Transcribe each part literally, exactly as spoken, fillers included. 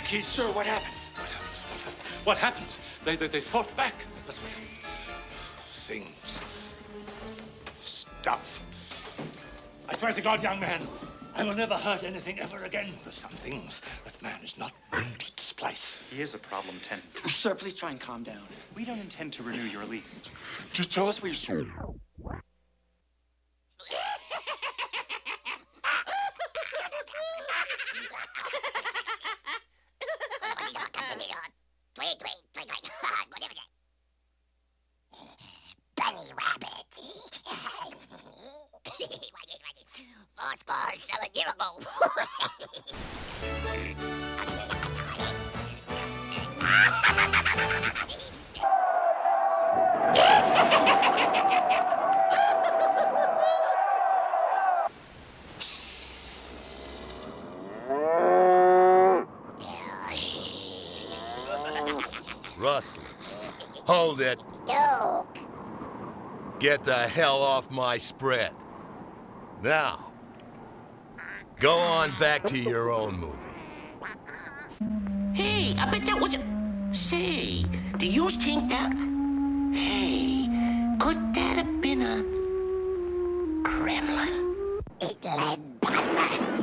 keys. Sir, what happened? What happened? What happened? They, they, they fought back. That's what happened. Things. Stuff. I swear to God, young man, I will never hurt anything ever again. There's some things that man is not ready to displace. He is a problem, tenant. Sir, please try and calm down. We don't intend to renew your lease. Just tell us where you saw. Bunny rabbit. Four scores, seven years ago. Rustlers. Hold it. Duke. Get the hell off my spread. Now, go on back to your own movie. Hey, I bet that was a... Say, do you think that... Hey, could that have been a... gremlin? It led Batman.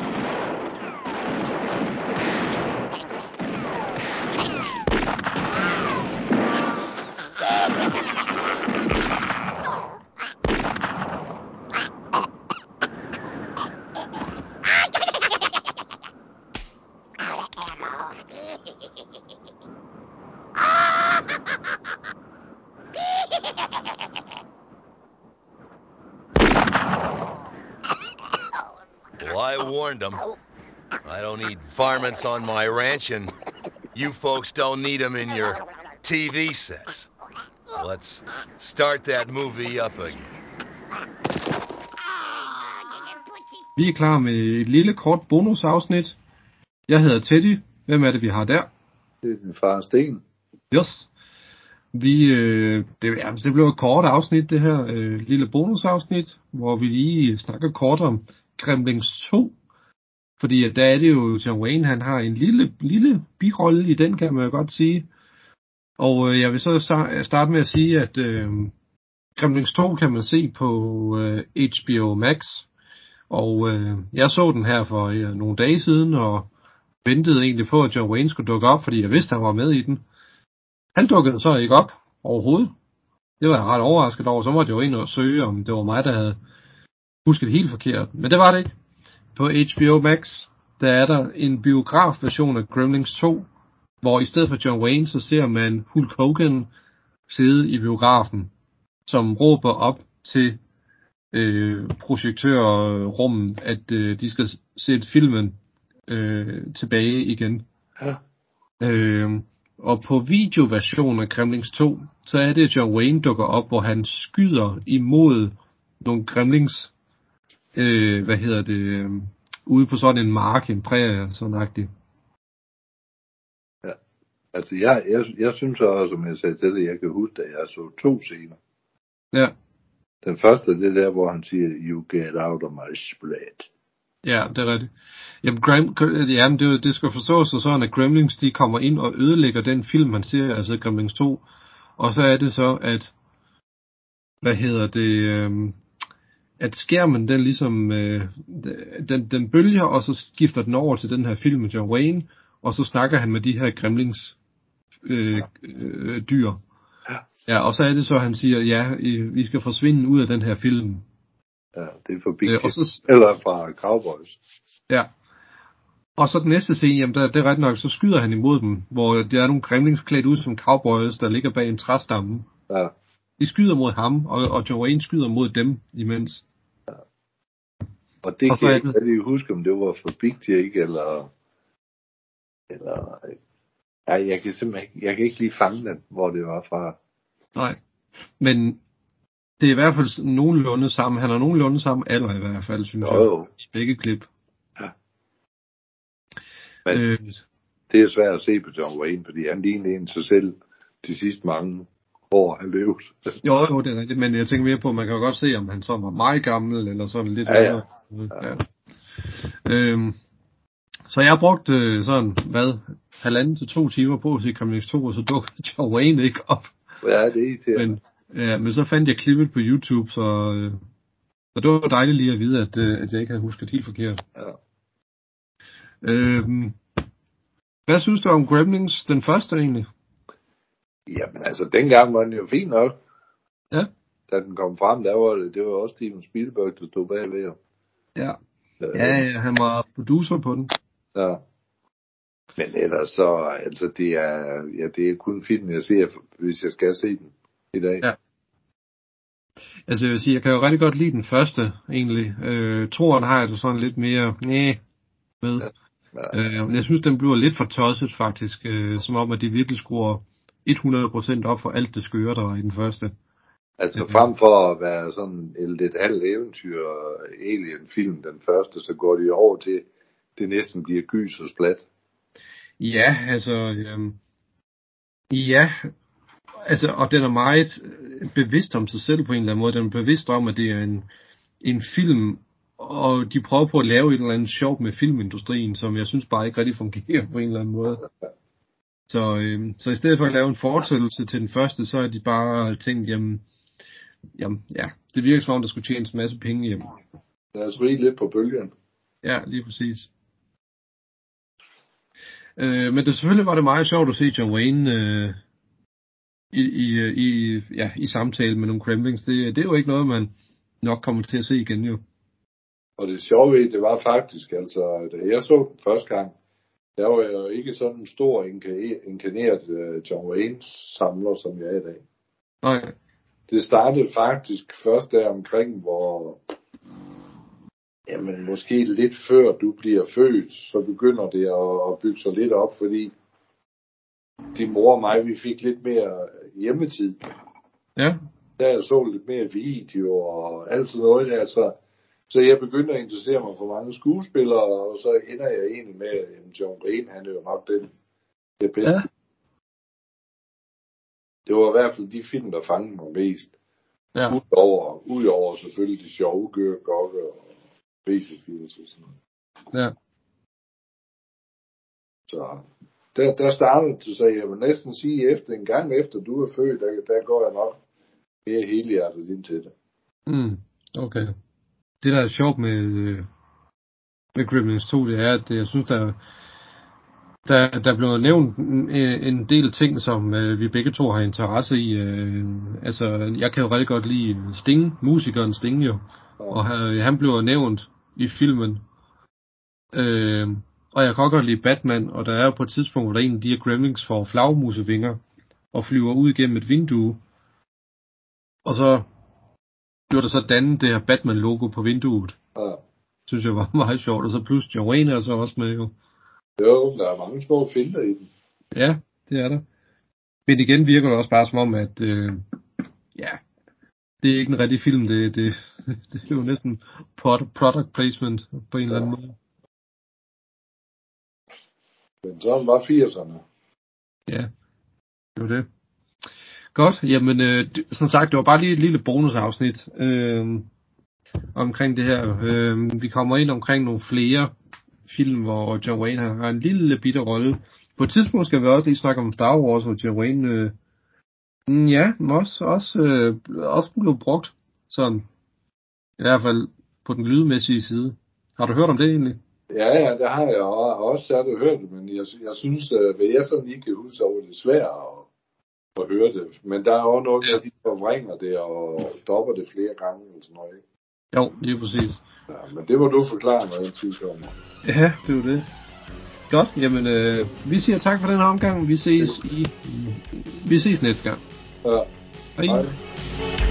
Well, I warned them. I don't need varmints on my ranch, and you folks don't need them in your T V sets. Let's start that movie up again. Vi er klar med et lille kort bonusafsnit. Jeg hedder Teddy. Hvem er det, vi har der? Det er din far Sten. Yes. Vi, øh, det, ja, det blev et kort afsnit, det her øh, lille bonusafsnit, hvor vi lige snakker kort om Gremlings to. Fordi at der er det jo, John Wayne, han har en lille, lille birolle i den, kan man jo godt sige. Og øh, jeg vil så starte med at sige, at øh, Gremlings to kan man se på øh, H B O Max. Og øh, jeg så den her for øh, nogle dage siden, og ventede egentlig på, at John Wayne skulle dukke op, fordi jeg vidste, han var med i den. Han dukkede så ikke op overhovedet. Det var jeg ret overrasket over. Så måtte jeg jo ind og søge, om det var mig, der havde husket helt forkert. Men det var det ikke. På H B O Max, der er der en biografversion af Gremlings to, hvor i stedet for John Wayne, så ser man Hulk Hogan sidde i biografen, som råber op til øh, projektørrummet, at øh, de skal sætte filmen øh, tilbage igen. Ja. Øh, og på videoversionen af Gremlings to, så er det, John Wayne dukker op, hvor han skyder imod nogle Gremlings, øh, hvad hedder det, øh, ude på sådan en mark, en prærie, sådan agtigt. Ja, altså jeg, jeg, jeg synes også, som jeg sagde til dig, jeg kan huske, at jeg så to scener. Ja. Den første, det er der, hvor han siger, you get out of my splat. Ja, det er rigtigt. Jamen, Grem, jamen det, det skal forstås sådan, at Gremlings, de kommer ind og ødelægger den film, man ser, altså Gremlings to. Og så er det så, at, hvad hedder det, øh, at skærmen, den ligesom, øh, den, den bølger, og så skifter den over til den her film med John Wayne, og så snakker han med de her Gremlings øh, øh, dyr. Ja. Ja, og så er det så, han siger, ja, I, vi skal forsvinde ud af den her film. Ja, det er forbi. Øh, og så, eller fra Cowboys. Ja. Og så den næste scene, jamen der, det er ret nok, så skyder han imod dem, hvor der er nogle Gremlings klædt ud som cowboys, der ligger bag en træstamme. Ja. De skyder mod ham, og, og John Wayne skyder mod dem imens. Ja. Og det og kan jeg ikke det... huske, om det var for Big Jake, eller... eller ja, jeg kan simpelthen ikke, jeg kan ikke lige fange den, hvor det var fra. Nej, men det er i hvert fald nogenlunde sammen, han har nogenlunde sammen alder i hvert fald, synes jo, jo. jeg, i begge klip. Ja. Men øh, det er svært at se på John Wayne, fordi han ligner en sig selv de sidste mange år han levet. Jo, jo, det er rigtigt, men jeg tænker mere på, at man kan jo godt se, om han så var meget gammel, eller sådan lidt ja, ja. ja. Ja. Øhm, så jeg brugte sådan, hvad, halvanden til to timer på at se Kremlings to, og så dukker John Wayne ikke op. Ja, det er irriterende. Men, ja, men så fandt jeg klippet på YouTube, så, øh, så det var dejligt lige at vide, at, øh, at jeg ikke havde husket helt forkert. Ja. Øhm, hvad synes du om Gremlings, den første egentlig? Jamen altså, dengang var den jo fint nok. Ja. Da den kom frem, der var det, det var også Steven Spielberg, der stod bagved. Ja. Øh, Ja, ja, han var producer på den. Ja. Men ellers så, altså det er, ja, det er kun film, jeg ser, hvis jeg skal se den i dag. Ja. Altså jeg vil sige, jeg kan jo rigtig godt lide den første, egentlig. Øh, Toren har jeg det sådan lidt mere, næh, med. Ja. Ja. Øh, men jeg synes, den bliver lidt for tosset faktisk, øh, som om, at de virkelig skruer hundrede procent op for alt det skøre, der var i den første. Altså frem for at være sådan et lidt halvt eventyr alien-film, den første, så går de over til, det næsten bliver gys og splat. Ja, altså, øhm, ja, altså, og den er meget bevidst om sig selv på en eller anden måde. Den er bevidst om, at det er en, en film, og de prøver på at lave et eller andet sjov med filmindustrien, som jeg synes bare ikke rigtig fungerer på en eller anden måde. Så, øhm, så i stedet for at lave en fortsættelse til den første, så er de bare tænkt, jamen, jamen ja, det virker som om, der skulle tjenes en masse penge hjem. Lad os rige lidt på bølgen. Ja, lige præcis. Øh, men det selvfølgelig var det meget sjovt at se John Wayne øh, i, i, i, ja, i samtale med nogle Kremlings. Det, det er jo ikke noget, man nok kommer til at se igen jo. Og det sjove ved, det var faktisk, altså, da jeg så den første gang, der var jeg jo ikke sådan en stor inkarneret uh, John Wayne samler, som jeg er i dag. Nej. Det startede faktisk først der omkring, hvor, jamen måske lidt før du bliver født, så begynder det at, at bygge sig lidt op, fordi din mor og mig, vi fik lidt mere hjemmetid. Ja. Der jeg så lidt mere video og alt sådan noget der, så, så jeg begyndte at interessere mig for mange skuespillere, og så ender jeg egentlig med, at John Wayne, han er jo nok den, det bedste. Ja. Det var i hvert fald de film, der fangede mig mest. Ja. Udover, udover selvfølgelig de sjove gør, gokke og basisfilm og sådan noget. Ja. Så der, der startede det, så jeg vil næsten sige, efter en gang efter du er født, der, der går jeg nok mere helhjertet ind til det. Mm, okay. Det der er sjovt med, med Gremlins to, det er, at jeg synes, der Der, der blev nævnt en, en del ting, som øh, vi begge to har interesse i. Øh, altså, jeg kan jo rigtig godt lide Sting, musikeren Sting jo. Og han, han blev nævnt i filmen. Øh, og jeg kan også godt lide Batman, og der er jo på et tidspunkt, hvor der en af de her Gremlings får flagmusevinger og flyver ud gennem et vindue. Og så bliver der så dannet det her Batman-logo på vinduet. Ja. Synes jeg var meget sjovt. Og så plus John Wayne er så også med jo. Jo, der er mange små finder i den. Ja, det er der. Men igen virker det også bare som om, at øh, ja, det er ikke en rigtig film. Det, det, det er jo næsten product placement på en ja. eller anden måde. Men sådan var firserne. Ja, det var det. Godt, jamen øh, som sagt, det var bare lige et lille bonusafsnit øh, omkring det her. Øh, vi kommer ind omkring nogle flere film, hvor John Wayne har en lille bitte rolle. På et tidspunkt skal vi også lige snakke om Star Wars, hvor John Wayne øh, ja, også, også, øh, også blev brugt sådan, i hvert fald på den lydmæssige side. Har du hørt om det egentlig? Ja, ja, det har jeg også særligt hørt det, men jeg, jeg synes, øh, hvad jeg sådan lige kan huske, så var det svært at, at høre det. Men der er også noget, ja. De forvrænger det og dopper det flere gange eller sådan noget, ikke? Jo, lige præcis. Ja, men det må du forklare, når den tid kommer. Ja, det er det. Godt, jamen øh, vi siger tak for den her omgang. Vi ses i vi ses næste gang. Ja. Hej. Hej.